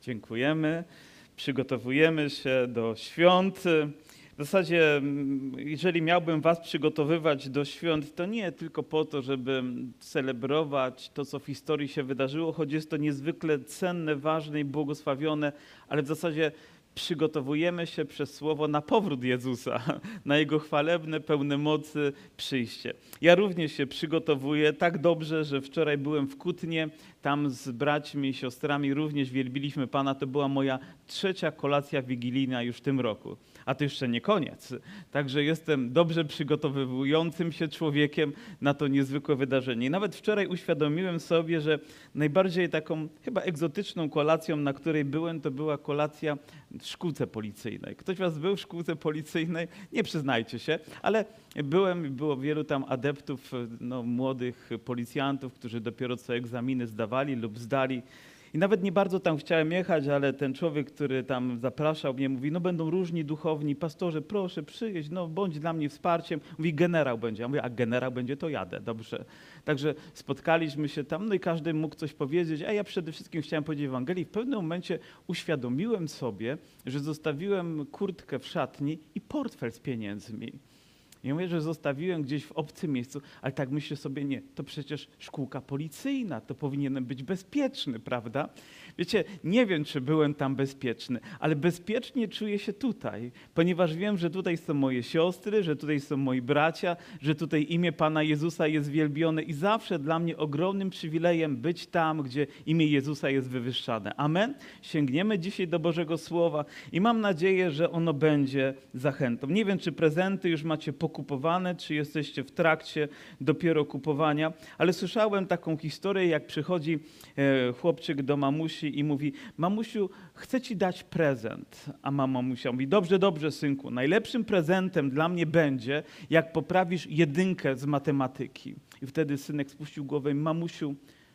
Dziękujemy. Przygotowujemy się do świąt. W zasadzie, jeżeli miałbym was przygotowywać do świąt, to nie tylko po to, żeby celebrować to, co w historii się wydarzyło, choć jest to niezwykle cenne, ważne i błogosławione, ale w zasadzie przygotowujemy się przez słowo na powrót Jezusa, na Jego chwalebne, pełne mocy przyjście. Ja również się przygotowuję tak dobrze, że wczoraj byłem w Kutnie, tam z braćmi i siostrami również wielbiliśmy Pana. To była moja 3. kolacja wigilijna już w tym roku. A to jeszcze nie koniec. Także jestem dobrze przygotowującym się człowiekiem na to niezwykłe wydarzenie. I nawet wczoraj uświadomiłem sobie, że najbardziej taką chyba egzotyczną kolacją, na której byłem, to była kolacja w szkółce policyjnej. Ktoś was był w szkółce policyjnej? Nie przyznajcie się, ale byłem i było wielu tam adeptów, młodych policjantów, którzy dopiero co egzaminy zdawali lub zdali. I nawet nie bardzo tam chciałem jechać, ale ten człowiek, który tam zapraszał mnie, mówi, będą różni duchowni, pastorze, proszę przyjeść, bądź dla mnie wsparciem. Mówi, generał będzie. Ja mówię, a generał będzie, to jadę, dobrze. Także spotkaliśmy się tam, i każdy mógł coś powiedzieć, a ja przede wszystkim chciałem powiedzieć Ewangelii. W pewnym momencie uświadomiłem sobie, że zostawiłem kurtkę w szatni i portfel z pieniędzmi. I mówię, że zostawiłem gdzieś w obcym miejscu, ale tak myślę sobie, nie, to przecież szkółka policyjna, to powinienem być bezpieczny, prawda? Wiecie, nie wiem, czy byłem tam bezpieczny, ale bezpiecznie czuję się tutaj, ponieważ wiem, że tutaj są moje siostry, że tutaj są moi bracia, że tutaj imię Pana Jezusa jest wielbione i zawsze dla mnie ogromnym przywilejem być tam, gdzie imię Jezusa jest wywyższane. Amen? Sięgniemy dzisiaj do Bożego Słowa i mam nadzieję, że ono będzie zachętą. Nie wiem, czy prezenty już macie pokupowane, czy jesteście w trakcie dopiero kupowania, ale słyszałem taką historię, jak przychodzi chłopczyk do mamusi i mówi, mamusiu, chcę ci dać prezent. A mamusia mówi, dobrze, dobrze, synku, najlepszym prezentem dla mnie będzie, jak poprawisz 1 z matematyki. I wtedy synek spuścił głowę i mamusiu,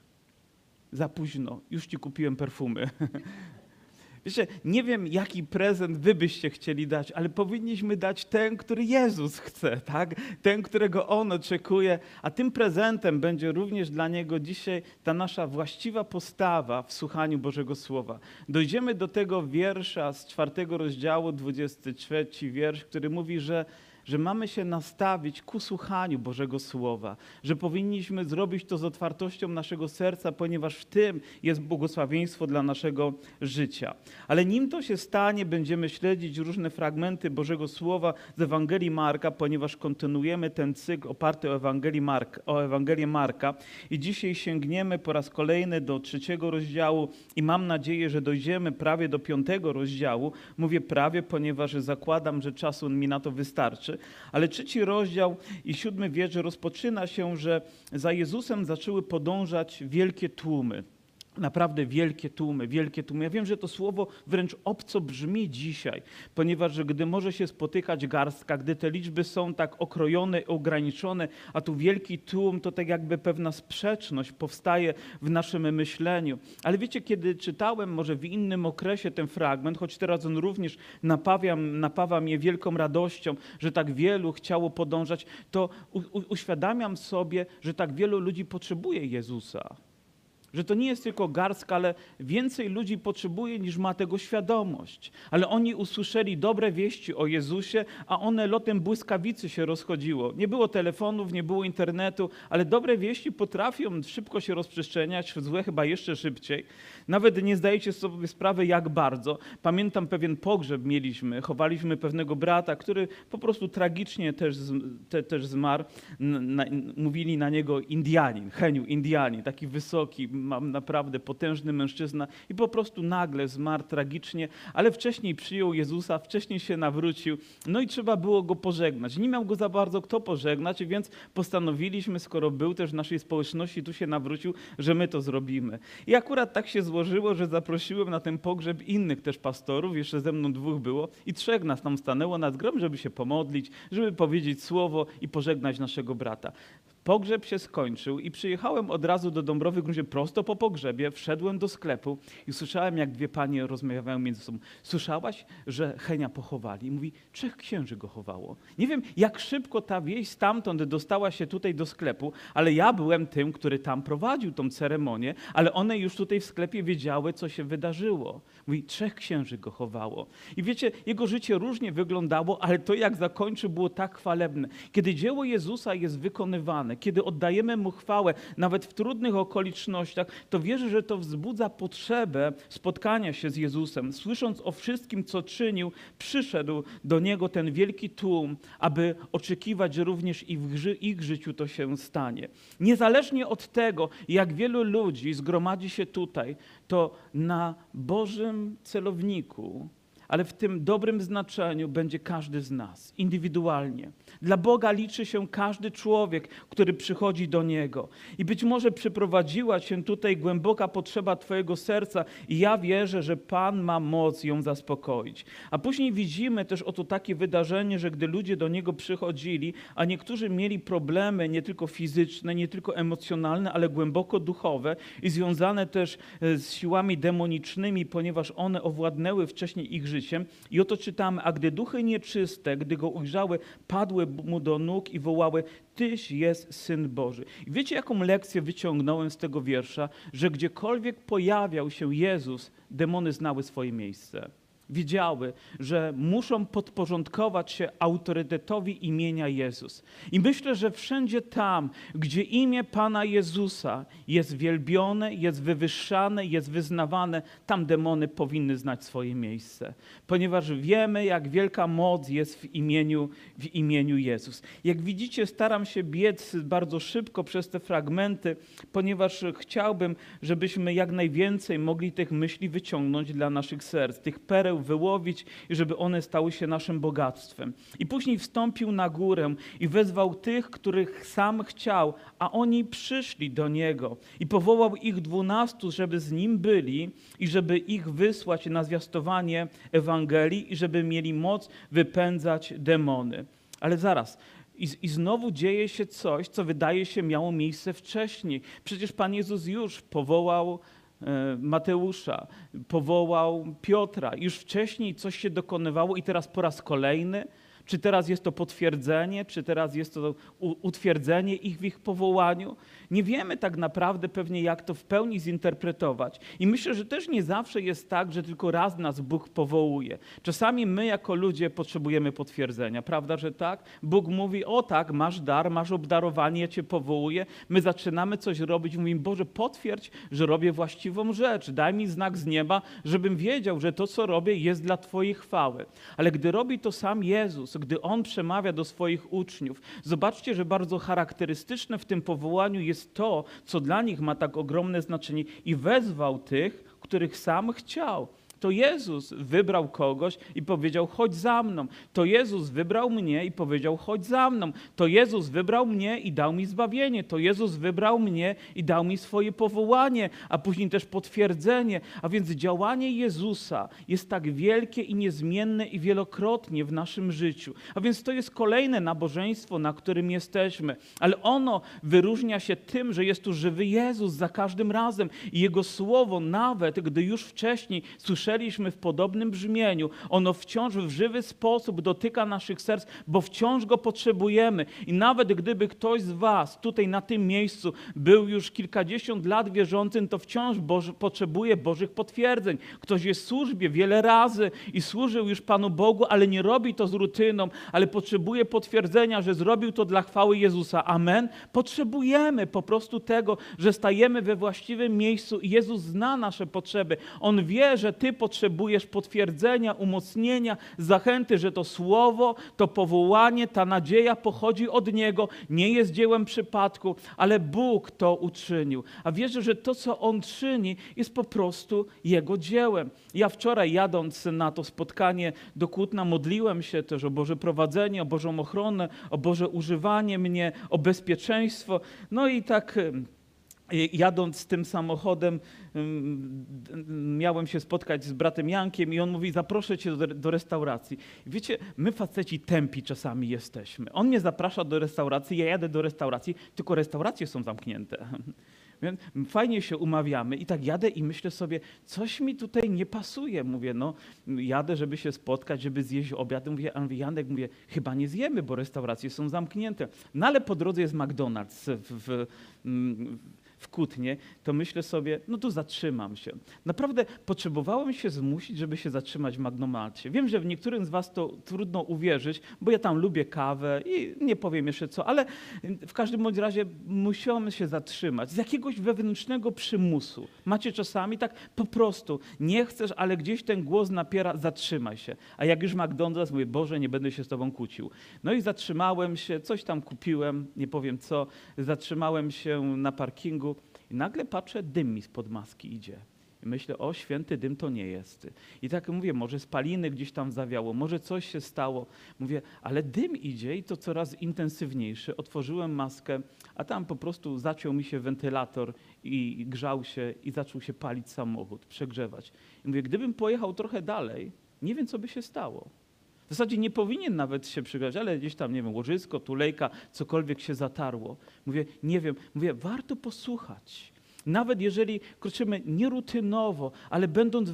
za późno, już ci kupiłem perfumy. Wiecie, nie wiem, jaki prezent wy byście chcieli dać, ale powinniśmy dać ten, który Jezus chce, tak? Ten, którego On oczekuje, a tym prezentem będzie również dla Niego dzisiaj ta nasza właściwa postawa w słuchaniu Bożego Słowa. Dojdziemy do tego wiersza z 4 rozdziału, 23 wiersz, który mówi, że mamy się nastawić ku słuchaniu Bożego Słowa, że powinniśmy zrobić to z otwartością naszego serca, ponieważ w tym jest błogosławieństwo dla naszego życia. Ale nim to się stanie, będziemy śledzić różne fragmenty Bożego Słowa z Ewangelii Marka, ponieważ kontynuujemy ten cykl oparty o Ewangelię Marka i dzisiaj sięgniemy po raz kolejny do 3 rozdziału i mam nadzieję, że dojdziemy prawie do 5 rozdziału. Mówię prawie, ponieważ zakładam, że czasu mi na to wystarczy. Ale 3 rozdział i 7 wiersz rozpoczyna się, że za Jezusem zaczęły podążać wielkie tłumy. Naprawdę wielkie tłumy, wielkie tłumy. Ja wiem, że to słowo wręcz obco brzmi dzisiaj, ponieważ gdy może się spotykać garstka, gdy te liczby są tak okrojone, ograniczone, a tu wielki tłum, to tak jakby pewna sprzeczność powstaje w naszym myśleniu. Ale wiecie, kiedy czytałem może w innym okresie ten fragment, choć teraz on również napawa mnie wielką radością, że tak wielu chciało podążać, to uświadamiam sobie, że tak wielu ludzi potrzebuje Jezusa. Że to nie jest tylko garstka, ale więcej ludzi potrzebuje, niż ma tego świadomość. Ale oni usłyszeli dobre wieści o Jezusie, a one lotem błyskawicy się rozchodziło. Nie było telefonów, nie było internetu, ale dobre wieści potrafią szybko się rozprzestrzeniać, złe chyba jeszcze szybciej. Nawet nie zdajecie sobie sprawy, jak bardzo. Pamiętam, pewien pogrzeb mieliśmy, chowaliśmy pewnego brata, który po prostu tragicznie też zmarł. Mówili na niego Indianin, Heniu, Indianin, taki wysoki, naprawdę potężny mężczyzna i po prostu nagle zmarł tragicznie, ale wcześniej przyjął Jezusa, wcześniej się nawrócił, i trzeba było go pożegnać. Nie miał go za bardzo kto pożegnać, więc postanowiliśmy, skoro był też w naszej społeczności, tu się nawrócił, że my to zrobimy. I akurat tak się złożyło, że zaprosiłem na ten pogrzeb innych też pastorów, jeszcze ze mną 2 było i 3 nas tam stanęło nad grobem, żeby się pomodlić, żeby powiedzieć słowo i pożegnać naszego brata. Pogrzeb się skończył i przyjechałem od razu do Dąbrowy Górniczej prosto po pogrzebie, wszedłem do sklepu i słyszałem, jak dwie panie rozmawiają między sobą. Słyszałaś, że Henia pochowali? I mówi, 3 księży go chowało. Nie wiem, jak szybko ta wieść stamtąd dostała się tutaj do sklepu, ale ja byłem tym, który tam prowadził tą ceremonię, ale one już tutaj w sklepie wiedziały, co się wydarzyło. Mówi, 3 księży go chowało. I wiecie, jego życie różnie wyglądało, ale to, jak zakończył, było tak chwalebne. Kiedy dzieło Jezusa jest wykonywane, kiedy oddajemy Mu chwałę, nawet w trudnych okolicznościach, to wierzę, że to wzbudza potrzebę spotkania się z Jezusem. Słysząc o wszystkim, co czynił, przyszedł do Niego ten wielki tłum, aby oczekiwać, że również i w ich życiu to się stanie. Niezależnie od tego, jak wielu ludzi zgromadzi się tutaj, to na Bożym celowniku, ale w tym dobrym znaczeniu będzie każdy z nas, indywidualnie. Dla Boga liczy się każdy człowiek, który przychodzi do Niego. I być może przyprowadziła się tutaj głęboka potrzeba Twojego serca i ja wierzę, że Pan ma moc ją zaspokoić. A później widzimy też oto takie wydarzenie, że gdy ludzie do Niego przychodzili, a niektórzy mieli problemy nie tylko fizyczne, nie tylko emocjonalne, ale głęboko duchowe i związane też z siłami demonicznymi, ponieważ one owładnęły wcześniej ich życiem. I oto czytamy, a gdy duchy nieczyste, gdy Go ujrzały, padły Mu do nóg i wołały, Tyś jest Syn Boży. I wiecie, jaką lekcję wyciągnąłem z tego wiersza? Że gdziekolwiek pojawiał się Jezus, demony znały swoje miejsce. Wiedziały, że muszą podporządkować się autorytetowi imienia Jezus. I myślę, że wszędzie tam, gdzie imię Pana Jezusa jest wielbione, jest wywyższane, jest wyznawane, tam demony powinny znać swoje miejsce. Ponieważ wiemy, jak wielka moc jest w imieniu Jezus. Jak widzicie, staram się biec bardzo szybko przez te fragmenty, ponieważ chciałbym, żebyśmy jak najwięcej mogli tych myśli wyciągnąć dla naszych serc, tych pereł wyłowić i żeby one stały się naszym bogactwem. I później wstąpił na górę i wezwał tych, których sam chciał, a oni przyszli do Niego. I powołał ich 12, żeby z Nim byli i żeby ich wysłać na zwiastowanie Ewangelii i żeby mieli moc wypędzać demony. Ale zaraz, i znowu dzieje się coś, co wydaje się miało miejsce wcześniej. Przecież Pan Jezus już powołał Mateusza, powołał Piotra. Już wcześniej coś się dokonywało i teraz po raz kolejny? Czy teraz jest to potwierdzenie? Czy teraz jest to utwierdzenie ich w ich powołaniu? Nie wiemy tak naprawdę pewnie, jak to w pełni zinterpretować. I myślę, że też nie zawsze jest tak, że tylko raz nas Bóg powołuje. Czasami my jako ludzie potrzebujemy potwierdzenia. Prawda, że tak? Bóg mówi, o tak, masz dar, masz obdarowanie, ja Cię powołuję. My zaczynamy coś robić, mówimy, Boże, potwierdź, że robię właściwą rzecz. Daj mi znak z nieba, żebym wiedział, że to, co robię, jest dla Twojej chwały. Ale gdy robi to sam Jezus, gdy On przemawia do swoich uczniów, zobaczcie, że bardzo charakterystyczne w tym powołaniu jest to, co dla nich ma tak ogromne znaczenie i wezwał tych, których sam chciał. To Jezus wybrał kogoś i powiedział, chodź za mną. To Jezus wybrał mnie i powiedział, chodź za mną. To Jezus wybrał mnie i dał mi zbawienie. To Jezus wybrał mnie i dał mi swoje powołanie, a później też potwierdzenie. A więc działanie Jezusa jest tak wielkie i niezmienne i wielokrotnie w naszym życiu. A więc to jest kolejne nabożeństwo, na którym jesteśmy. Ale ono wyróżnia się tym, że jest tu żywy Jezus za każdym razem i Jego słowo, nawet gdy już wcześniej słyszeliśmy w podobnym brzmieniu, ono wciąż w żywy sposób dotyka naszych serc, bo wciąż go potrzebujemy. I nawet gdyby ktoś z was tutaj na tym miejscu był już kilkadziesiąt lat wierzącym, to wciąż potrzebuje Bożych potwierdzeń. Ktoś jest w służbie wiele razy i służył już Panu Bogu, ale nie robi to z rutyną, ale potrzebuje potwierdzenia, że zrobił to dla chwały Jezusa. Amen? Potrzebujemy po prostu tego, że stajemy we właściwym miejscu i Jezus zna nasze potrzeby. On wie, że Ty potrzebujesz potwierdzenia, umocnienia, zachęty, że to słowo, to powołanie, ta nadzieja pochodzi od Niego, nie jest dziełem przypadku, ale Bóg to uczynił. A wierzę, że to, co On czyni, jest po prostu Jego dziełem. Ja wczoraj, jadąc na to spotkanie do Kutna, modliłem się też o Boże prowadzenie, o Bożą ochronę, o Boże używanie mnie, o bezpieczeństwo. No i tak jadąc tym samochodem, miałem się spotkać z bratem Jankiem i on mówi, zaproszę cię do restauracji. I wiecie, my faceci tępi czasami jesteśmy. On mnie zaprasza do restauracji, ja jadę do restauracji, tylko restauracje są zamknięte. Więc fajnie się umawiamy i tak jadę i myślę sobie, coś mi tutaj nie pasuje. Mówię, no jadę, żeby się spotkać, żeby zjeść obiad. Mówię, Janek, chyba nie zjemy, bo restauracje są zamknięte. No ale po drodze jest McDonald's w Kutnie, to myślę sobie, no to zatrzymam się. Naprawdę potrzebowałem się zmusić, żeby się zatrzymać w McDonald'sie. Wiem, że w niektórym z was to trudno uwierzyć, bo ja tam lubię kawę i nie powiem jeszcze co, ale w każdym bądź razie musiałem się zatrzymać z jakiegoś wewnętrznego przymusu. Macie czasami tak po prostu, nie chcesz, ale gdzieś ten głos napiera, zatrzymaj się. A jak już McDonald's, mówię, Boże, nie będę się z tobą kłócił. No i zatrzymałem się, coś tam kupiłem, nie powiem co, zatrzymałem się na parkingu. I nagle patrzę, dym mi spod maski idzie. I myślę, o, święty dym to nie jest. I tak mówię, może spaliny gdzieś tam zawiało, może coś się stało. Mówię, ale dym idzie i to coraz intensywniejszy. Otworzyłem maskę, a tam po prostu zaciął mi się wentylator i grzał się i zaczął się palić samochód, przegrzewać. I mówię, gdybym pojechał trochę dalej, nie wiem, co by się stało. W zasadzie nie powinien nawet się przygrać, ale gdzieś tam, nie wiem, łożysko, tulejka, cokolwiek się zatarło. Mówię, nie wiem, warto posłuchać. Nawet jeżeli kroczymy nierutynowo, ale będąc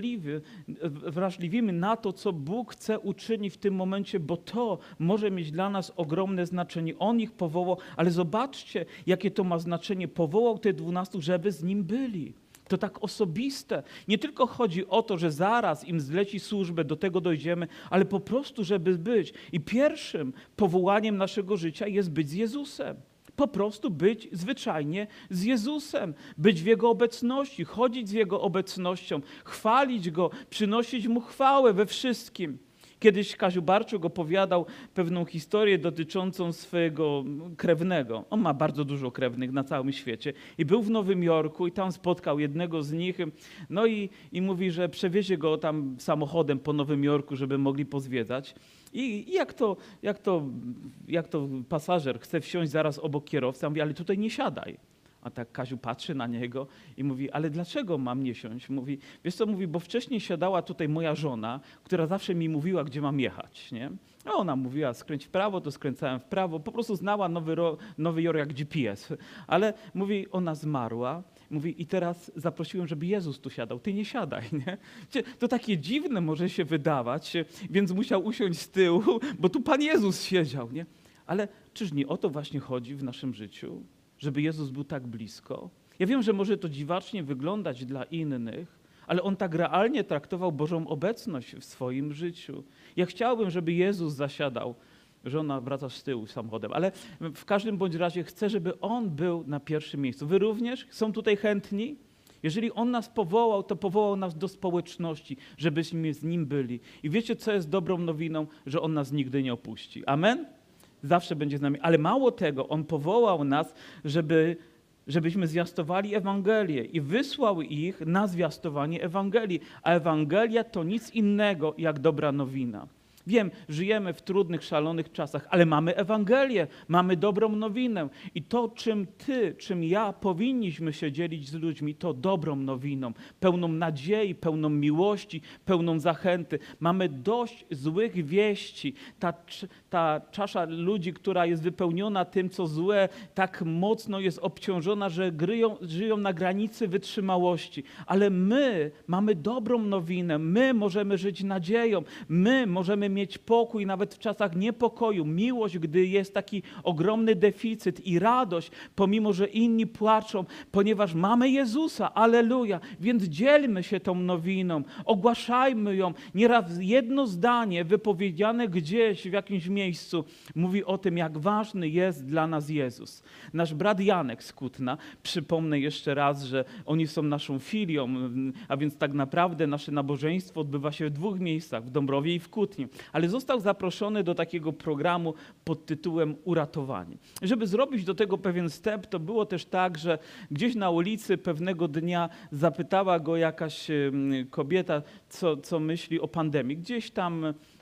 wrażliwymi na to, co Bóg chce uczynić w tym momencie, bo to może mieć dla nas ogromne znaczenie. On ich powołał, ale zobaczcie, jakie to ma znaczenie. Powołał tych 12, żeby z Nim byli. To tak osobiste. Nie tylko chodzi o to, że zaraz im zleci służbę, do tego dojdziemy, ale po prostu, żeby być. I pierwszym powołaniem naszego życia jest być z Jezusem. Po prostu być zwyczajnie z Jezusem, być w Jego obecności, chodzić z Jego obecnością, chwalić Go, przynosić Mu chwałę we wszystkim. Kiedyś Kaziu Barczuk opowiadał pewną historię dotyczącą swojego krewnego. On ma bardzo dużo krewnych na całym świecie i był w Nowym Jorku i tam spotkał jednego z nich. No i mówi, że przewiezie go tam samochodem po Nowym Jorku, żeby mogli pozwiedzać. I jak to pasażer chce wsiąść zaraz obok kierowcy, mówi, ale tutaj nie siadaj. A tak Kaziu patrzy na niego i mówi, ale dlaczego mam nie siąść? Mówi, wiesz co, mówi, bo wcześniej siadała tutaj moja żona, która zawsze mi mówiła, gdzie mam jechać, nie? A ona mówiła, skręć w prawo, to skręcałem w prawo, po prostu znała Nowy Jork jak GPS. Ale mówi, ona zmarła, mówi, i teraz zaprosiłem, żeby Jezus tu siadał, ty nie siadaj, nie? To takie dziwne może się wydawać, więc musiał usiąść z tyłu, bo tu Pan Jezus siedział, nie? Ale czyż nie o to właśnie chodzi w naszym życiu? Żeby Jezus był tak blisko. Ja wiem, że może to dziwacznie wyglądać dla innych, ale On tak realnie traktował Bożą obecność w swoim życiu. Ja chciałbym, żeby Jezus zasiadał. Żona wraca z tyłu samochodem, ale w każdym bądź razie chcę, żeby On był na pierwszym miejscu. Wy również są tutaj chętni? Jeżeli On nas powołał, to powołał nas do społeczności, żebyśmy z Nim byli. I wiecie, co jest dobrą nowiną? Że On nas nigdy nie opuści. Amen? Zawsze będzie z nami. Ale mało tego, On powołał nas, żebyśmy zwiastowali Ewangelię i wysłał ich na zwiastowanie Ewangelii. A Ewangelia to nic innego jak dobra nowina. Wiem, żyjemy w trudnych, szalonych czasach, ale mamy Ewangelię, mamy dobrą nowinę. I to, czym ja powinniśmy się dzielić z ludźmi, to dobrą nowiną, pełną nadziei, pełną miłości, pełną zachęty. Mamy dość złych wieści. Ta czasza ludzi, która jest wypełniona tym, co złe, tak mocno jest obciążona, że żyją na granicy wytrzymałości. Ale my mamy dobrą nowinę, my możemy żyć nadzieją, my możemy mieć pokój nawet w czasach niepokoju, miłość, gdy jest taki ogromny deficyt i radość, pomimo że inni płaczą, ponieważ mamy Jezusa, alleluja, więc dzielmy się tą nowiną, ogłaszajmy ją. Nieraz jedno zdanie wypowiedziane gdzieś w jakimś miejscu mówi o tym, jak ważny jest dla nas Jezus. Nasz brat Janek z Kutna, przypomnę jeszcze raz, że oni są naszą filią, a więc tak naprawdę nasze nabożeństwo odbywa się w 2 miejscach, w Dąbrowie i w Kutnie. Ale został zaproszony do takiego programu pod tytułem Uratowani. Żeby zrobić do tego pewien wstęp, to było też tak, że gdzieś na ulicy pewnego dnia zapytała go jakaś kobieta, co myśli o pandemii. Gdzieś tam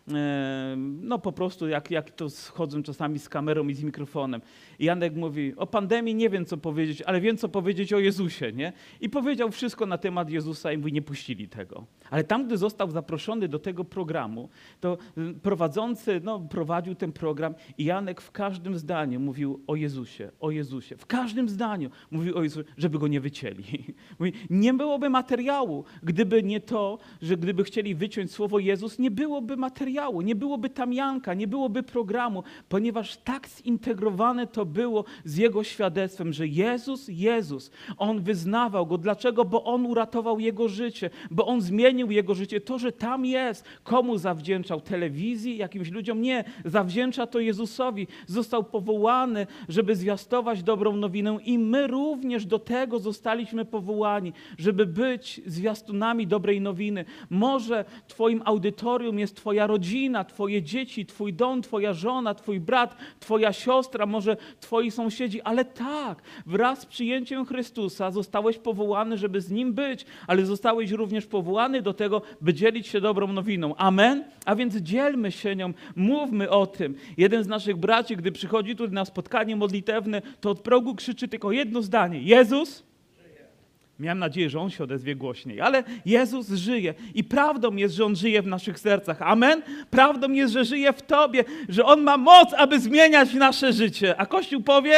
no po prostu jak to schodzą czasami z kamerą i z mikrofonem. I Janek mówi, o pandemii nie wiem co powiedzieć, ale wiem co powiedzieć o Jezusie, nie? I powiedział wszystko na temat Jezusa i mówi, nie puścili tego. Ale tam, gdy został zaproszony do tego programu, to prowadzący prowadził ten program i Janek w każdym zdaniu mówił o Jezusie, o Jezusie. W każdym zdaniu mówił o Jezusie, żeby go nie wycięli. Mówi, nie byłoby materiału, gdyby nie to, że gdyby chcieli wyciąć słowo Jezus, nie byłoby materiału, nie byłoby tam Janka, nie byłoby programu, ponieważ tak zintegrowane to było z jego świadectwem, że Jezus, on wyznawał go. Dlaczego? Bo on uratował jego życie, bo on zmienił jego życie. To, że tam jest, komu zawdzięczał? Telewizji, jakimś ludziom? Nie, zawdzięcza to Jezusowi. Został powołany, żeby zwiastować dobrą nowinę i my również do tego zostaliśmy powołani, żeby być zwiastunami dobrej nowiny. Może twoim audytorium jest twoja rodzina, twoje dzieci, twój dom, twoja żona, twój brat, twoja siostra, może twoi sąsiedzi, ale tak, wraz z przyjęciem Chrystusa zostałeś powołany, żeby z Nim być, ale zostałeś również powołany do tego, by dzielić się dobrą nowiną. Amen? A więc dzielmy się nią, mówmy o tym. Jeden z naszych braci, gdy przychodzi tu na spotkanie modlitewne, to od progu krzyczy tylko jedno zdanie. Jezus? Miałem nadzieję, że On się odezwie głośniej, ale Jezus żyje i prawdą jest, że On żyje w naszych sercach. Amen? Prawdą jest, że żyje w Tobie, że On ma moc, aby zmieniać nasze życie. A Kościół powie?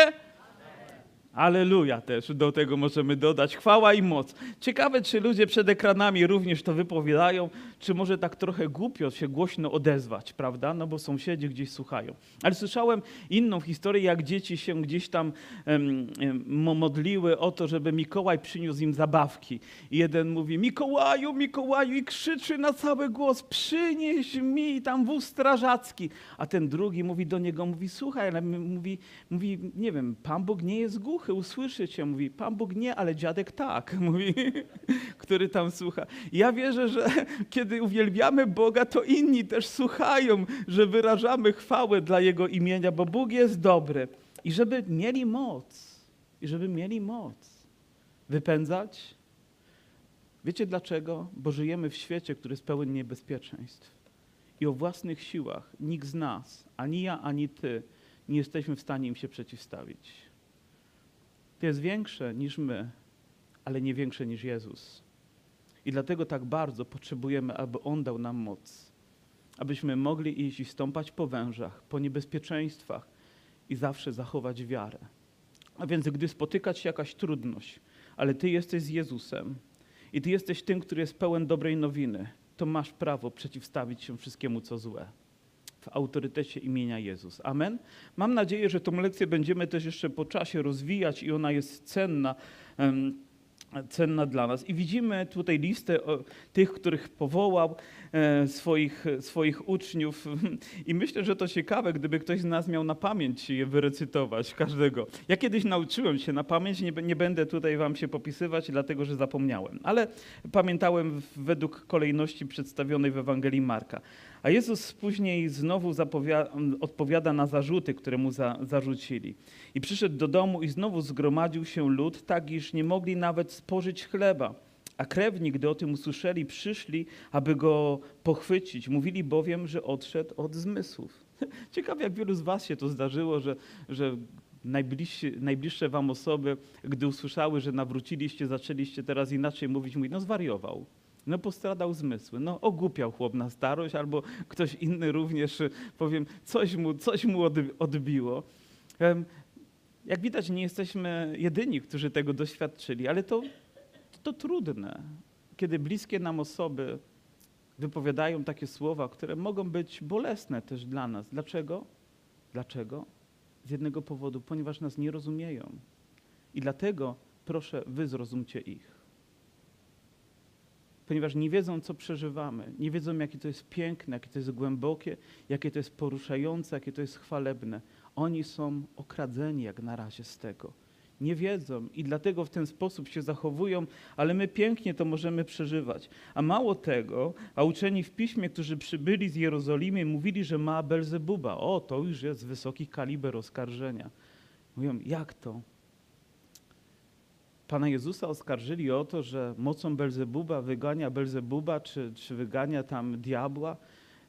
Alleluja też, do tego możemy dodać. Chwała i moc. Ciekawe, czy ludzie przed ekranami również to wypowiadają, czy może tak trochę głupio się głośno odezwać, prawda? No bo sąsiedzi gdzieś słuchają. Ale słyszałem inną historię, jak dzieci się gdzieś tam modliły o to, żeby Mikołaj przyniósł im zabawki. I jeden mówi, Mikołaju, Mikołaju, i krzyczy na cały głos, przynieś mi tam wóz strażacki. A ten drugi mówi do niego, mówi, słuchaj, ale mówi, nie wiem, Pan Bóg nie jest głuchy, usłyszy cię. Mówi, Pan Bóg nie, ale dziadek tak, mówi, który tam słucha. Ja wierzę, że kiedy uwielbiamy Boga, to inni też słuchają, że wyrażamy chwałę dla Jego imienia, bo Bóg jest dobry. I żeby mieli moc wypędzać. Wiecie dlaczego? Bo żyjemy w świecie, który jest pełen niebezpieczeństw. I o własnych siłach nikt z nas, ani ja, ani ty, nie jesteśmy w stanie im się przeciwstawić. To jest większe niż my, ale nie większe niż Jezus. I dlatego tak bardzo potrzebujemy, aby On dał nam moc. Abyśmy mogli iść i stąpać po wężach, po niebezpieczeństwach i zawsze zachować wiarę. A więc gdy spotykać się jakaś trudność, ale Ty jesteś z Jezusem i Ty jesteś tym, który jest pełen dobrej nowiny, to masz prawo przeciwstawić się wszystkiemu, co złe. W autorytecie imienia Jezus. Amen? Mam nadzieję, że tą lekcję będziemy też jeszcze po czasie rozwijać i ona jest cenna dla nas. I widzimy tutaj listę tych, których powołał, swoich uczniów. I myślę, że to ciekawe, gdyby ktoś z nas miał na pamięć je wyrecytować, każdego. Ja kiedyś nauczyłem się na pamięć, nie będę tutaj wam się popisywać, dlatego że zapomniałem. Ale pamiętałem według kolejności przedstawionej w Ewangelii Marka. A Jezus później znowu odpowiada na zarzuty, które mu zarzucili. I przyszedł do domu i znowu zgromadził się lud, tak iż nie mogli nawet spożyć chleba. A krewni, gdy o tym usłyszeli, przyszli, aby go pochwycić. Mówili bowiem, że odszedł od zmysłów. Ciekawe, jak wielu z was się to zdarzyło, że najbliższe wam osoby, gdy usłyszały, że nawróciliście, zaczęliście teraz inaczej mówić, mówi, no zwariował. No postradał zmysły, no ogłupiał chłop na starość, albo ktoś inny również, powiem, coś mu odbiło. Jak widać, nie jesteśmy jedyni, którzy tego doświadczyli, ale to trudne, kiedy bliskie nam osoby wypowiadają takie słowa, które mogą być bolesne też dla nas. Dlaczego? Dlaczego? Z jednego powodu, ponieważ nas nie rozumieją. I dlatego proszę, wy zrozumcie ich. Ponieważ nie wiedzą, co przeżywamy, nie wiedzą, jakie to jest piękne, jakie to jest głębokie, jakie to jest poruszające, jakie to jest chwalebne. Oni są okradzeni jak na razie z tego. Nie wiedzą i dlatego w ten sposób się zachowują, ale my pięknie to możemy przeżywać. A mało tego, a uczeni w Piśmie, którzy przybyli z Jerozolimy, mówili, że ma Belzebuba. O, to już jest wysoki kaliber oskarżenia. Mówią, jak to? Pana Jezusa oskarżyli o to, że mocą Belzebuba wygania Belzebuba, czy wygania tam diabła.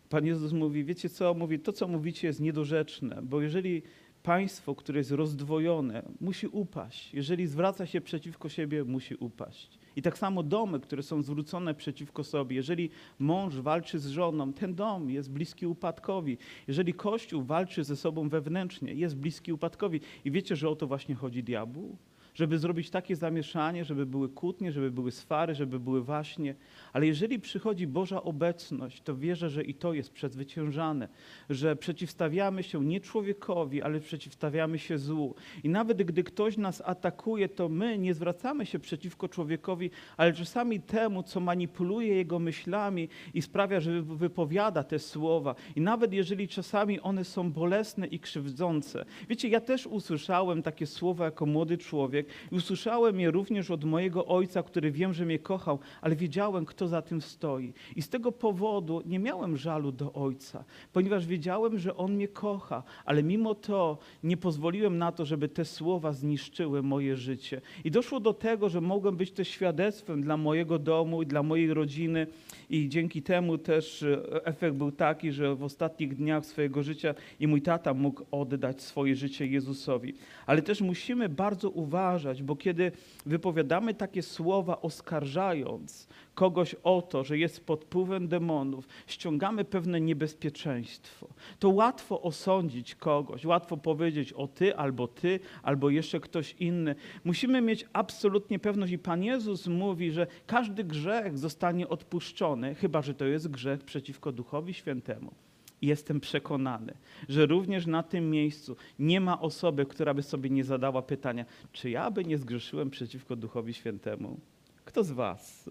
Pan Jezus mówi, wiecie co? Mówi, to co mówicie jest niedorzeczne, bo jeżeli państwo, które jest rozdwojone, musi upaść. Jeżeli zwraca się przeciwko siebie, musi upaść. I tak samo domy, które są zwrócone przeciwko sobie. Jeżeli mąż walczy z żoną, ten dom jest bliski upadkowi. Jeżeli Kościół walczy ze sobą wewnętrznie, jest bliski upadkowi. I wiecie, że o to właśnie chodzi diabłu? Żeby zrobić takie zamieszanie, żeby były kłótnie, żeby były swary, żeby były waśnie. Ale jeżeli przychodzi Boża obecność, to wierzę, że i to jest przezwyciężane, że przeciwstawiamy się nie człowiekowi, ale przeciwstawiamy się złu. I nawet gdy ktoś nas atakuje, to my nie zwracamy się przeciwko człowiekowi, ale czasami temu, co manipuluje jego myślami i sprawia, że wypowiada te słowa. I nawet jeżeli czasami one są bolesne i krzywdzące. Wiecie, ja też usłyszałem takie słowa jako młody człowiek i usłyszałem je również od mojego ojca, który wiem, że mnie kochał, ale wiedziałem, kto za tym stoi. I z tego powodu nie miałem żalu do ojca, ponieważ wiedziałem, że on mnie kocha, ale mimo to nie pozwoliłem na to, żeby te słowa zniszczyły moje życie. I doszło do tego, że mogłem być też świadectwem dla mojego domu i dla mojej rodziny i dzięki temu też efekt był taki, że w ostatnich dniach swojego życia i mój tata mógł oddać swoje życie Jezusowi. Ale też musimy bardzo uważać, bo kiedy wypowiadamy takie słowa oskarżając kogoś o to, że jest pod wpływem demonów, ściągamy pewne niebezpieczeństwo. To łatwo osądzić kogoś, łatwo powiedzieć o ty, albo jeszcze ktoś inny. Musimy mieć absolutnie pewność i Pan Jezus mówi, że każdy grzech zostanie odpuszczony, chyba że to jest grzech przeciwko Duchowi Świętemu. I jestem przekonany, że również na tym miejscu nie ma osoby, która by sobie nie zadała pytania, czy ja by nie zgrzeszyłem przeciwko Duchowi Świętemu? Kto z was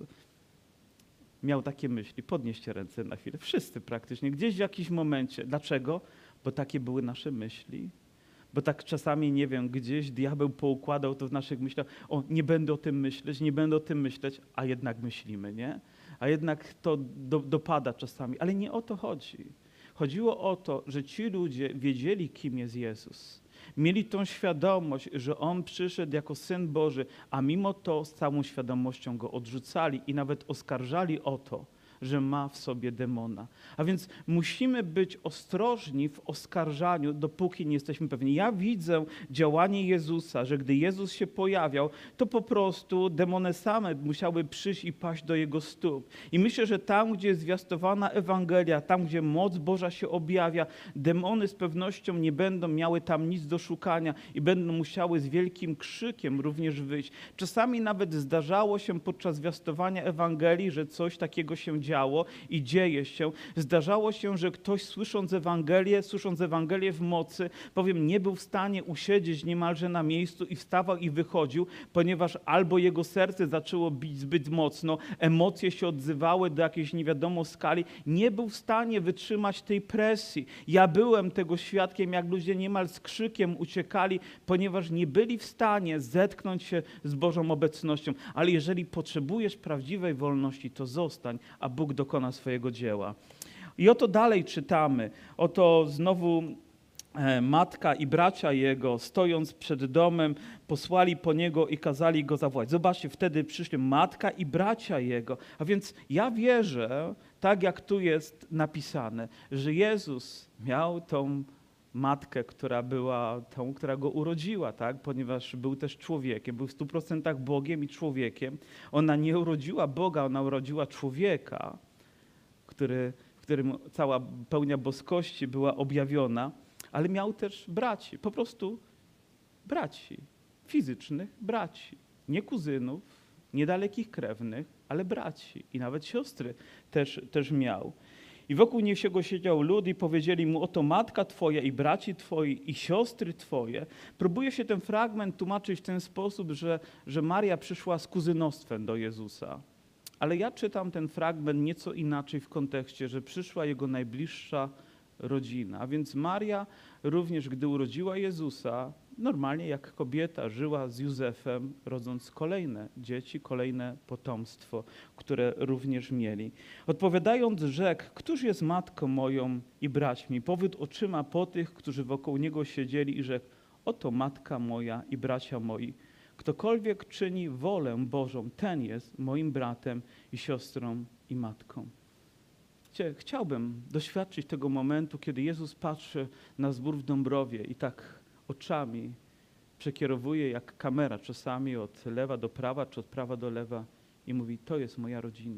miał takie myśli? Podnieście ręce na chwilę. Wszyscy praktycznie, gdzieś w jakimś momencie. Dlaczego? Bo takie były nasze myśli. Bo tak czasami, nie wiem, gdzieś diabeł poukładał to w naszych myślach. O, nie będę o tym myśleć, nie będę o tym myśleć, a jednak myślimy, nie? A jednak to dopada czasami. Ale nie o to chodzi. Chodziło o to, że ci ludzie wiedzieli, kim jest Jezus. Mieli tą świadomość, że On przyszedł jako Syn Boży, a mimo to z całą świadomością Go odrzucali i nawet oskarżali o to, że ma w sobie demona. A więc musimy być ostrożni w oskarżaniu, dopóki nie jesteśmy pewni. Ja widzę działanie Jezusa, że gdy Jezus się pojawiał, to po prostu demony same musiały przyjść i paść do Jego stóp. I myślę, że tam, gdzie jest zwiastowana Ewangelia, tam, gdzie moc Boża się objawia, demony z pewnością nie będą miały tam nic do szukania i będą musiały z wielkim krzykiem również wyjść. Czasami nawet zdarzało się podczas zwiastowania Ewangelii, że coś takiego się działo i dzieje się. Zdarzało się, że ktoś słysząc Ewangelię w mocy, powiem, nie był w stanie usiedzieć niemalże na miejscu i wstawał i wychodził, ponieważ albo jego serce zaczęło bić zbyt mocno, emocje się odzywały do jakiejś nie wiadomo skali, nie był w stanie wytrzymać tej presji. Ja byłem tego świadkiem, jak ludzie niemal z krzykiem uciekali, ponieważ nie byli w stanie zetknąć się z Bożą obecnością. Ale jeżeli potrzebujesz prawdziwej wolności, to zostań, a Bóg dokona swojego dzieła. I oto dalej czytamy, oto znowu matka i bracia jego, stojąc przed domem, posłali po niego i kazali go zawołać. Zobaczcie, wtedy przyszli matka i bracia jego. A więc ja wierzę, tak jak tu jest napisane, że Jezus miał tą matkę, która była tą, która go urodziła, tak? Ponieważ był też człowiekiem, był w 100% Bogiem i człowiekiem. Ona nie urodziła Boga, ona urodziła człowieka, w którym cała pełnia boskości była objawiona, ale miał też braci, po prostu braci, fizycznych braci, nie kuzynów, nie dalekich krewnych, ale braci i nawet siostry też miał. I wokół niego siedział lud i powiedzieli mu, oto matka twoja i braci twoi i siostry twoje. Próbuje się ten fragment tłumaczyć w ten sposób, że Maria przyszła z kuzynostwem do Jezusa. Ale ja czytam ten fragment nieco inaczej w kontekście, że przyszła jego najbliższa rodzina. A więc Maria również, gdy urodziła Jezusa, normalnie jak kobieta żyła z Józefem, rodząc kolejne dzieci, kolejne potomstwo, które również mieli. Odpowiadając rzekł, któż jest matką moją i braćmi? Powiódł oczyma po tych, którzy wokół niego siedzieli i rzekł, oto matka moja i bracia moi. Ktokolwiek czyni wolę Bożą, ten jest moim bratem i siostrą i matką. Chciałbym doświadczyć tego momentu, kiedy Jezus patrzy na zbór w Dąbrowie i tak oczami przekierowuje jak kamera czasami od lewa do prawa, czy od prawa do lewa i mówi, to jest moja rodzina.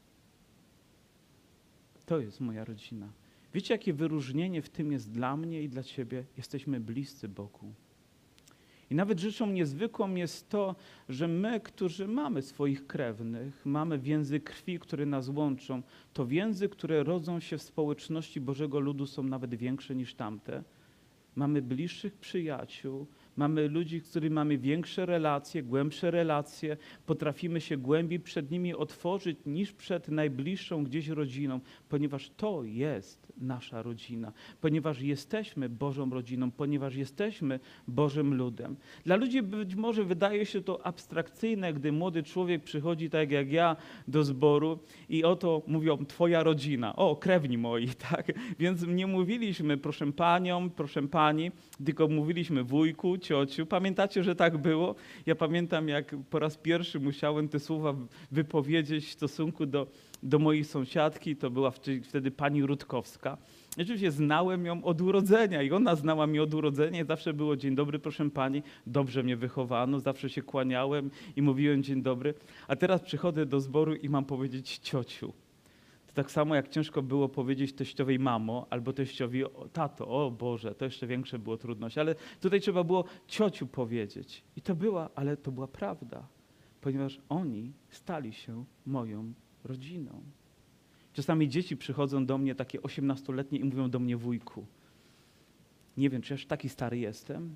To jest moja rodzina. Wiecie, jakie wyróżnienie w tym jest dla mnie i dla ciebie? Jesteśmy bliscy Bogu. I nawet rzeczą niezwykłą jest to, że my, którzy mamy swoich krewnych, mamy więzy krwi, które nas łączą, to więzy, które rodzą się w społeczności Bożego Ludu, są nawet większe niż tamte. Mamy bliższych przyjaciół, mamy ludzi, z którymi mamy większe relacje, głębsze relacje, potrafimy się głębiej przed nimi otworzyć niż przed najbliższą gdzieś rodziną, ponieważ to jest nasza rodzina, ponieważ jesteśmy Bożą rodziną, ponieważ jesteśmy Bożym ludem. Dla ludzi być może wydaje się to abstrakcyjne, gdy młody człowiek przychodzi tak jak ja do zboru i oto mówią twoja rodzina, o krewni moi, tak? Więc nie mówiliśmy proszę panią, proszę pani, tylko mówiliśmy wujku, ciociu. Pamiętacie, że tak było? Ja pamiętam, jak po raz pierwszy musiałem te słowa wypowiedzieć w stosunku do mojej sąsiadki, to była wtedy pani Rutkowska. I oczywiście znałem ją od urodzenia i ona znała mnie od urodzenia i zawsze było dzień dobry, proszę pani, dobrze mnie wychowano, zawsze się kłaniałem i mówiłem dzień dobry, a teraz przychodzę do zboru i mam powiedzieć ciociu. To tak samo jak ciężko było powiedzieć teściowej mamo albo teściowi tato, o Boże, to jeszcze większe było trudności, ale tutaj trzeba było ciociu powiedzieć. I ale to była prawda, ponieważ oni stali się moją rodziną. Czasami dzieci przychodzą do mnie, takie 18-letnie i mówią do mnie wujku. Nie wiem, czy aż taki stary jestem,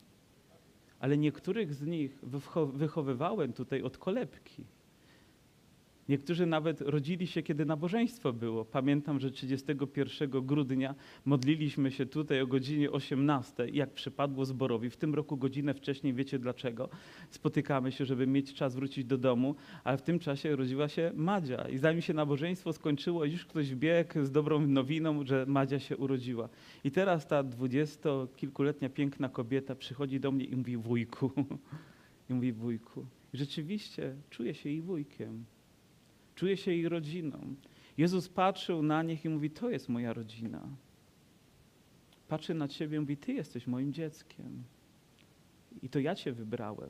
ale niektórych z nich wychowywałem tutaj od kolebki. Niektórzy nawet rodzili się, kiedy nabożeństwo było. Pamiętam, że 31 grudnia modliliśmy się tutaj o godzinie 18, jak przypadło zborowi. W tym roku godzinę wcześniej, wiecie dlaczego? Spotykamy się, żeby mieć czas wrócić do domu, ale w tym czasie rodziła się Madzia. I zanim się nabożeństwo skończyło, już ktoś biegł z dobrą nowiną, że Madzia się urodziła. I teraz ta 20-kilkuletnia piękna kobieta przychodzi do mnie i mówi wujku. I mówi wujku. I rzeczywiście czuję się jej wujkiem. Czuję się jej rodziną. Jezus patrzył na nich i mówi, to jest moja rodzina. Patrzy na ciebie i mówi, ty jesteś moim dzieckiem. I to ja cię wybrałem.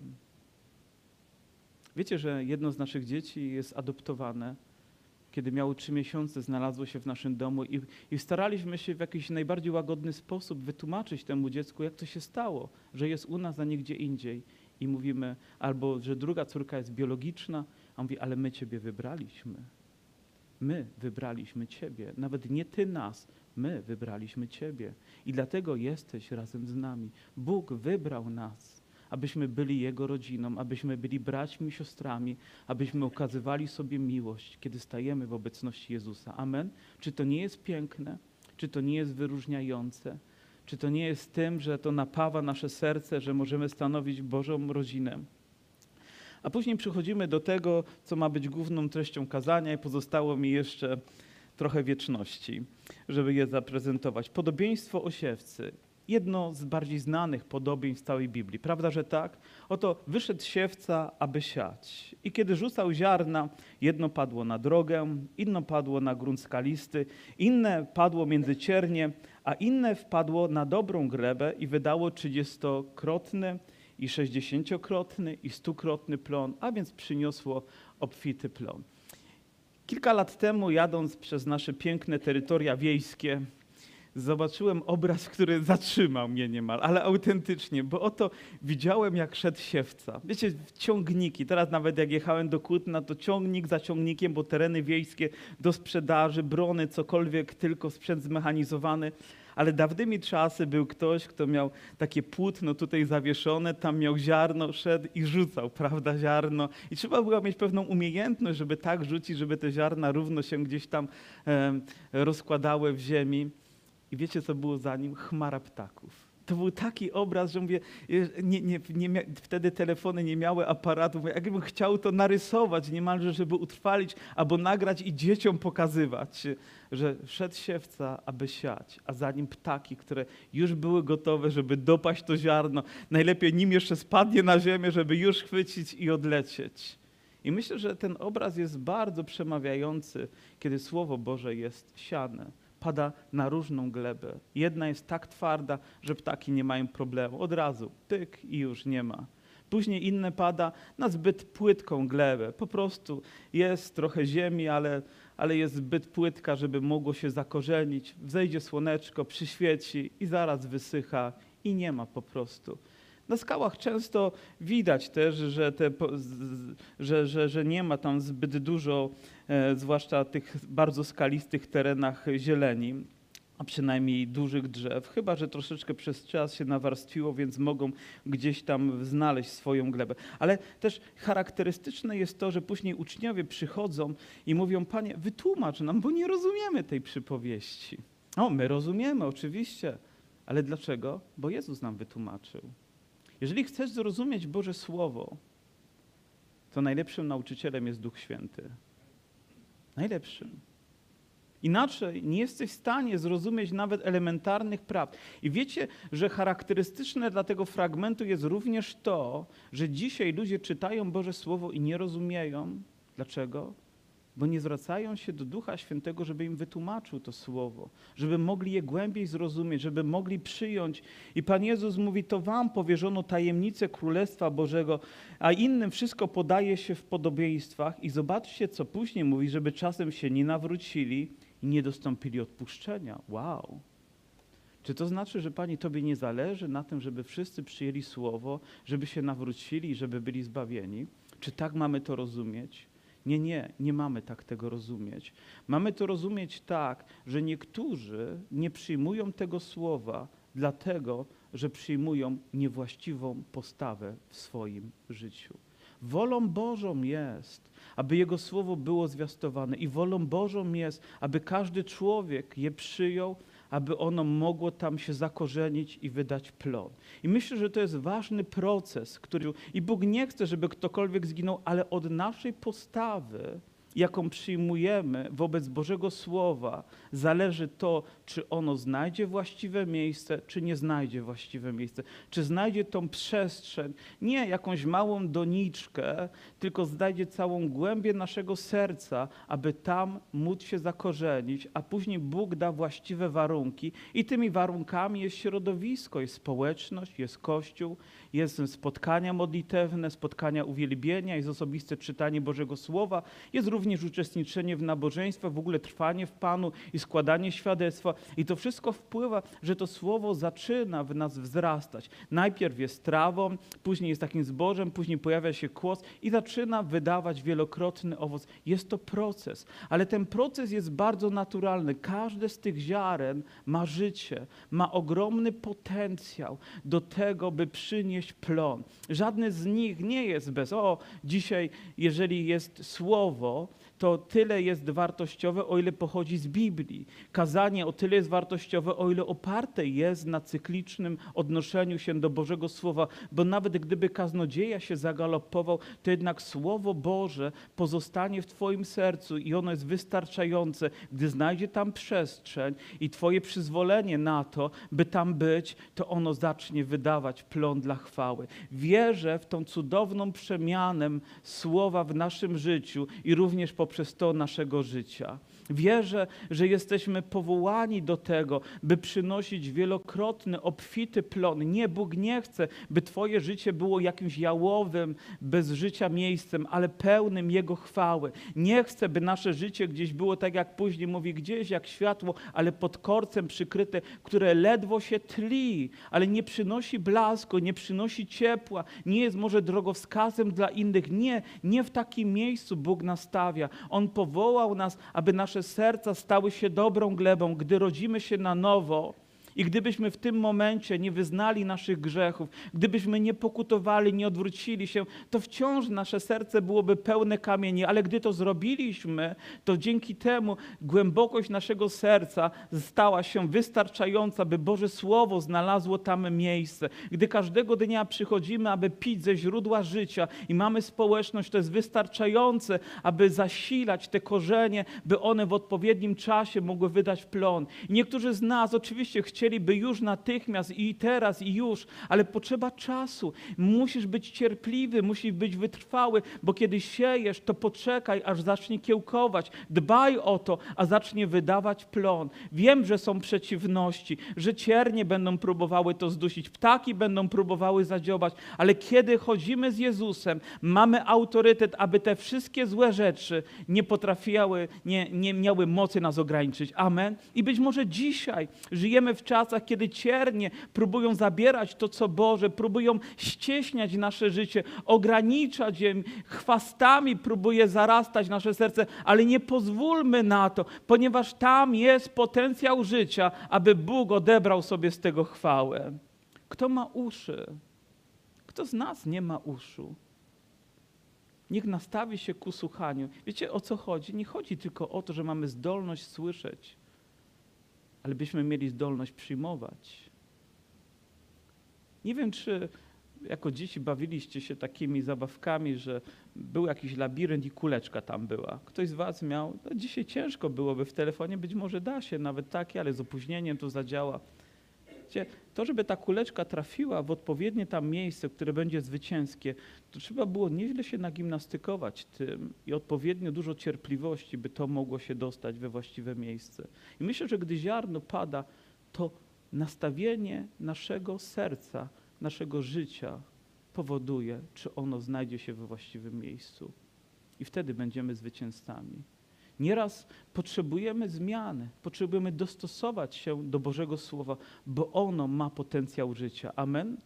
Wiecie, że jedno z naszych dzieci jest adoptowane. Kiedy miało 3 miesiące, znalazło się w naszym domu i staraliśmy się w jakiś najbardziej łagodny sposób wytłumaczyć temu dziecku, jak to się stało, że jest u nas, a nie gdzie indziej. I mówimy, albo że druga córka jest biologiczna, a on mówi, ale my ciebie wybraliśmy. My wybraliśmy ciebie. Nawet nie ty nas, my wybraliśmy ciebie. I dlatego jesteś razem z nami. Bóg wybrał nas, abyśmy byli Jego rodziną, abyśmy byli braćmi i siostrami, abyśmy okazywali sobie miłość, kiedy stajemy w obecności Jezusa. Amen? Czy to nie jest piękne? Czy to nie jest wyróżniające? Czy to nie jest tym, że to napawa nasze serce, że możemy stanowić Bożą rodzinę? A później przechodzimy do tego, co ma być główną treścią kazania i pozostało mi jeszcze trochę wieczności, żeby je zaprezentować. Podobieństwo o siewcy. Jedno z bardziej znanych podobieństw w całej Biblii. Prawda, że tak? Oto wyszedł siewca, aby siać. I kiedy rzucał ziarna, jedno padło na drogę, inno padło na grunt skalisty, inne padło między ciernie, a inne wpadło na dobrą glebę i wydało 30-krotny i 60-krotny i 100-krotny plon, a więc przyniosło obfity plon. Kilka lat temu, jadąc przez nasze piękne terytoria wiejskie, zobaczyłem obraz, który zatrzymał mnie niemal, ale autentycznie, bo oto widziałem, jak szedł siewca. Wiecie, ciągniki, teraz nawet jak jechałem do Kutna, to ciągnik za ciągnikiem, bo tereny wiejskie do sprzedaży, brony, cokolwiek, tylko sprzęt zmechanizowany. Ale dawnymi czasy był ktoś, kto miał takie płótno tutaj zawieszone, tam miał ziarno, szedł i rzucał, prawda, ziarno. I trzeba było mieć pewną umiejętność, żeby tak rzucić, żeby te ziarna równo się gdzieś tam rozkładały w ziemi. I wiecie, co było za nim? Chmara ptaków. To był taki obraz, że mówię, wtedy telefony nie miały aparatu. Mówię, jakbym chciał to narysować niemalże, żeby utrwalić albo nagrać i dzieciom pokazywać, że szedł siewca, aby siać, a za nim ptaki, które już były gotowe, żeby dopaść to ziarno. Najlepiej nim jeszcze spadnie na ziemię, żeby już chwycić i odlecieć. I myślę, że ten obraz jest bardzo przemawiający, kiedy Słowo Boże jest siane. Pada na różną glebę. Jedna jest tak twarda, że ptaki nie mają problemu. Od razu pyk i już nie ma. Później inne pada na zbyt płytką glebę. Po prostu jest trochę ziemi, ale jest zbyt płytka, żeby mogło się zakorzenić. Wzejdzie słoneczko, przyświeci i zaraz wysycha i nie ma po prostu. Na skałach często widać też, że nie ma tam zbyt dużo, zwłaszcza w tych bardzo skalistych terenach zieleni, a przynajmniej dużych drzew, chyba że troszeczkę przez czas się nawarstwiło, więc mogą gdzieś tam znaleźć swoją glebę. Ale też charakterystyczne jest to, że później uczniowie przychodzą i mówią: Panie, wytłumacz nam, bo nie rozumiemy tej przypowieści. O, my rozumiemy, oczywiście, ale dlaczego? Bo Jezus nam wytłumaczył. Jeżeli chcesz zrozumieć Boże Słowo, to najlepszym nauczycielem jest Duch Święty. Najlepszym. Inaczej nie jesteś w stanie zrozumieć nawet elementarnych prawd. I wiecie, że charakterystyczne dla tego fragmentu jest również to, że dzisiaj ludzie czytają Boże Słowo i nie rozumieją. Dlaczego? Bo nie zwracają się do Ducha Świętego, żeby im wytłumaczył to Słowo, żeby mogli je głębiej zrozumieć, żeby mogli przyjąć. I Pan Jezus mówi: to wam powierzono tajemnicę Królestwa Bożego, a innym wszystko podaje się w podobieństwach. I zobaczcie, co później mówi, żeby czasem się nie nawrócili i nie dostąpili odpuszczenia. Wow! Czy to znaczy, że Pani, Tobie nie zależy na tym, żeby wszyscy przyjęli Słowo, żeby się nawrócili i żeby byli zbawieni? Czy tak mamy to rozumieć? Nie mamy tak tego rozumieć. Mamy to rozumieć tak, że niektórzy nie przyjmują tego słowa dlatego, że przyjmują niewłaściwą postawę w swoim życiu. Wolą Bożą jest, aby Jego słowo było zwiastowane i wolą Bożą jest, aby każdy człowiek je przyjął, aby ono mogło tam się zakorzenić i wydać plon. I myślę, że to jest ważny proces, i Bóg nie chce, żeby ktokolwiek zginął, ale od naszej postawy, jaką przyjmujemy wobec Bożego Słowa, zależy to, czy ono znajdzie właściwe miejsce, czy nie znajdzie właściwe miejsce. Czy znajdzie tą przestrzeń, nie jakąś małą doniczkę, tylko znajdzie całą głębię naszego serca, aby tam móc się zakorzenić, a później Bóg da właściwe warunki i tymi warunkami jest środowisko, jest społeczność, jest Kościół, jest spotkania modlitewne, spotkania uwielbienia, jest osobiste czytanie Bożego Słowa, jest również uczestniczenie w nabożeństwach, w ogóle trwanie w Panu i składanie świadectwa. I to wszystko wpływa, że to Słowo zaczyna w nas wzrastać. Najpierw jest trawą, później jest takim zbożem, później pojawia się kłos i zaczyna wydawać wielokrotny owoc. Jest to proces, ale ten proces jest bardzo naturalny. Każde z tych ziaren ma życie, ma ogromny potencjał do tego, by przynieść plon. Żadne z nich nie jest dzisiaj, jeżeli jest Słowo, to tyle jest wartościowe, o ile pochodzi z Biblii. Kazanie o tyle jest wartościowe, o ile oparte jest na cyklicznym odnoszeniu się do Bożego Słowa, bo nawet gdyby kaznodzieja się zagalopował, to jednak Słowo Boże pozostanie w Twoim sercu i ono jest wystarczające, gdy znajdzie tam przestrzeń i Twoje przyzwolenie na to, by tam być, to ono zacznie wydawać plon dla chwały. Wierzę w tą cudowną przemianę Słowa w naszym życiu i również poprzez to naszego życia. Wierzę, że jesteśmy powołani do tego, by przynosić wielokrotny, obfity plon. Nie, Bóg nie chce, by Twoje życie było jakimś jałowym, bez życia miejscem, ale pełnym Jego chwały. Nie chce, by nasze życie gdzieś było tak, jak później mówi, gdzieś jak światło, ale pod korcem przykryte, które ledwo się tli, ale nie przynosi blasku, nie przynosi ciepła, nie jest może drogowskazem dla innych. Nie w takim miejscu Bóg nas stawia. On powołał nas, aby nasze serca stały się dobrą glebą, gdy rodzimy się na nowo. I gdybyśmy w tym momencie nie wyznali naszych grzechów, gdybyśmy nie pokutowali, nie odwrócili się, to wciąż nasze serce byłoby pełne kamieni, ale gdy to zrobiliśmy, to dzięki temu głębokość naszego serca stała się wystarczająca, by Boże Słowo znalazło tam miejsce. Gdy każdego dnia przychodzimy, aby pić ze źródła życia i mamy społeczność, to jest wystarczające, aby zasilać te korzenie, by one w odpowiednim czasie mogły wydać plon. I niektórzy z nas oczywiście chcieli chcieliby już natychmiast i teraz i już, ale potrzeba czasu. Musisz być cierpliwy, musisz być wytrwały, bo kiedy siejesz, to poczekaj, aż zacznie kiełkować. Dbaj o to, a zacznie wydawać plon. Wiem, że są przeciwności, że ciernie będą próbowały to zdusić, ptaki będą próbowały zadziobać, ale kiedy chodzimy z Jezusem, mamy autorytet, aby te wszystkie złe rzeczy nie potrafiały, nie miały mocy nas ograniczyć. Amen. I być może dzisiaj żyjemy w czasach, kiedy ciernie próbują zabierać to, co Boże, próbują ścieśniać nasze życie, ograniczać je, chwastami próbuje zarastać nasze serce, ale nie pozwólmy na to, ponieważ tam jest potencjał życia, aby Bóg odebrał sobie z tego chwałę. Kto ma uszy? Kto z nas nie ma uszu? Niech nastawi się ku słuchaniu. Wiecie, o co chodzi? Nie chodzi tylko o to, że mamy zdolność słyszeć, ale byśmy mieli zdolność przyjmować. Nie wiem, czy jako dzieci bawiliście się takimi zabawkami, że był jakiś labirynt i kuleczka tam była. Ktoś z was miał? No dzisiaj ciężko byłoby w telefonie, być może da się nawet takie, ale z opóźnieniem to zadziała. Wiecie, to, żeby ta kuleczka trafiła w odpowiednie tam miejsce, które będzie zwycięskie, to trzeba było nieźle się nagimnastykować tym i odpowiednio dużo cierpliwości, by to mogło się dostać we właściwe miejsce. I myślę, że gdy ziarno pada, to nastawienie naszego serca, naszego życia powoduje, czy ono znajdzie się we właściwym miejscu. I wtedy będziemy zwycięzcami. Nieraz potrzebujemy zmiany, potrzebujemy dostosować się do Bożego Słowa, bo ono ma potencjał życia. Amen?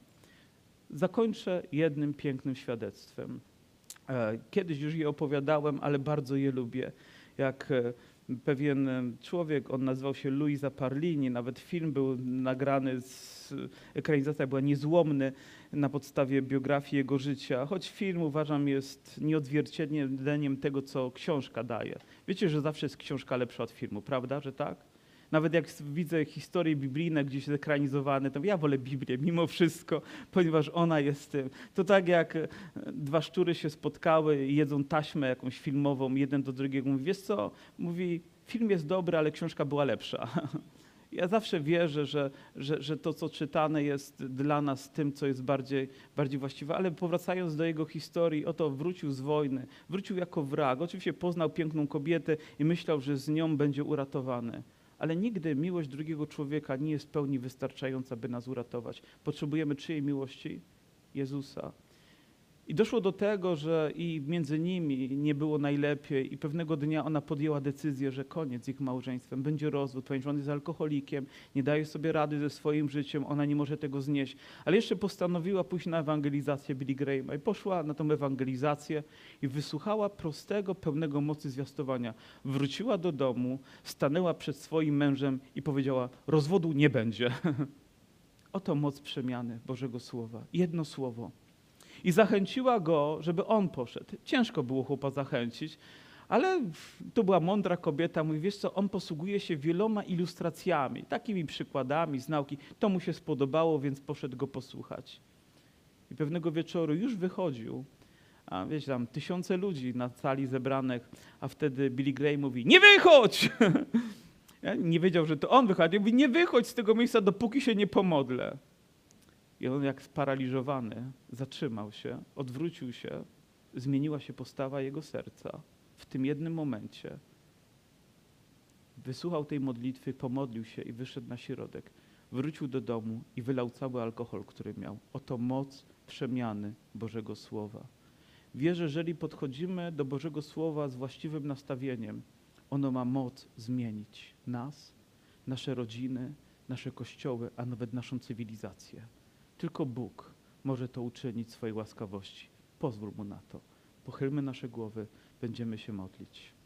Zakończę jednym pięknym świadectwem. Kiedyś już je opowiadałem, ale bardzo je lubię. Jak pewien człowiek, on nazywał się Luisa Parlini, nawet film był nagrany, ekranizacja była Niezłomny na podstawie biografii jego życia, choć film uważam jest nieodzwierciedleniem tego, co książka daje. Wiecie, że zawsze jest książka lepsza od filmu, prawda, że tak? Nawet jak widzę historie biblijne gdzieś zekranizowane, to ja wolę Biblię mimo wszystko, ponieważ ona jest tym. To tak jak dwa szczury się spotkały i jedzą taśmę jakąś filmową, jeden do drugiego mówi, wiesz co, mówi, film jest dobry, ale książka była lepsza. Ja zawsze wierzę, że to, co czytane jest dla nas tym, co jest bardziej właściwe, ale powracając do jego historii, oto wrócił z wojny, wrócił jako wrak. Oczywiście poznał piękną kobietę i myślał, że z nią będzie uratowany. Ale nigdy miłość drugiego człowieka nie jest w pełni wystarczająca, by nas uratować. Potrzebujemy czyjej miłości? Jezusa. I doszło do tego, że i między nimi nie było najlepiej i pewnego dnia ona podjęła decyzję, że koniec z ich małżeństwem, będzie rozwód, ponieważ on jest alkoholikiem, nie daje sobie rady ze swoim życiem, ona nie może tego znieść. Ale jeszcze postanowiła pójść na ewangelizację Billy Grahama i poszła na tą ewangelizację i wysłuchała prostego, pełnego mocy zwiastowania. Wróciła do domu, stanęła przed swoim mężem i powiedziała, rozwodu nie będzie. Oto moc przemiany Bożego Słowa. Jedno słowo. I zachęciła go, żeby on poszedł. Ciężko było chłopa zachęcić, ale to była mądra kobieta. Mówi, wiesz co, on posługuje się wieloma ilustracjami, takimi przykładami z nauki. To mu się spodobało, więc poszedł go posłuchać. I pewnego wieczoru już wychodził, a wiecie, tam tysiące ludzi na sali zebranych, a wtedy Billy Graham mówi, nie wychodź! Ja nie wiedział, że to on wychodzi. Mówi, nie wychodź z tego miejsca, dopóki się nie pomodlę. I on jak sparaliżowany zatrzymał się, odwrócił się, zmieniła się postawa jego serca. W tym jednym momencie wysłuchał tej modlitwy, pomodlił się i wyszedł na środek. Wrócił do domu i wylał cały alkohol, który miał. Oto moc przemiany Bożego Słowa. Wierzę, że jeżeli podchodzimy do Bożego Słowa z właściwym nastawieniem, ono ma moc zmienić nas, nasze rodziny, nasze kościoły, a nawet naszą cywilizację. Tylko Bóg może to uczynić swojej łaskawości. Pozwól Mu na to. Pochylmy nasze głowy, będziemy się modlić.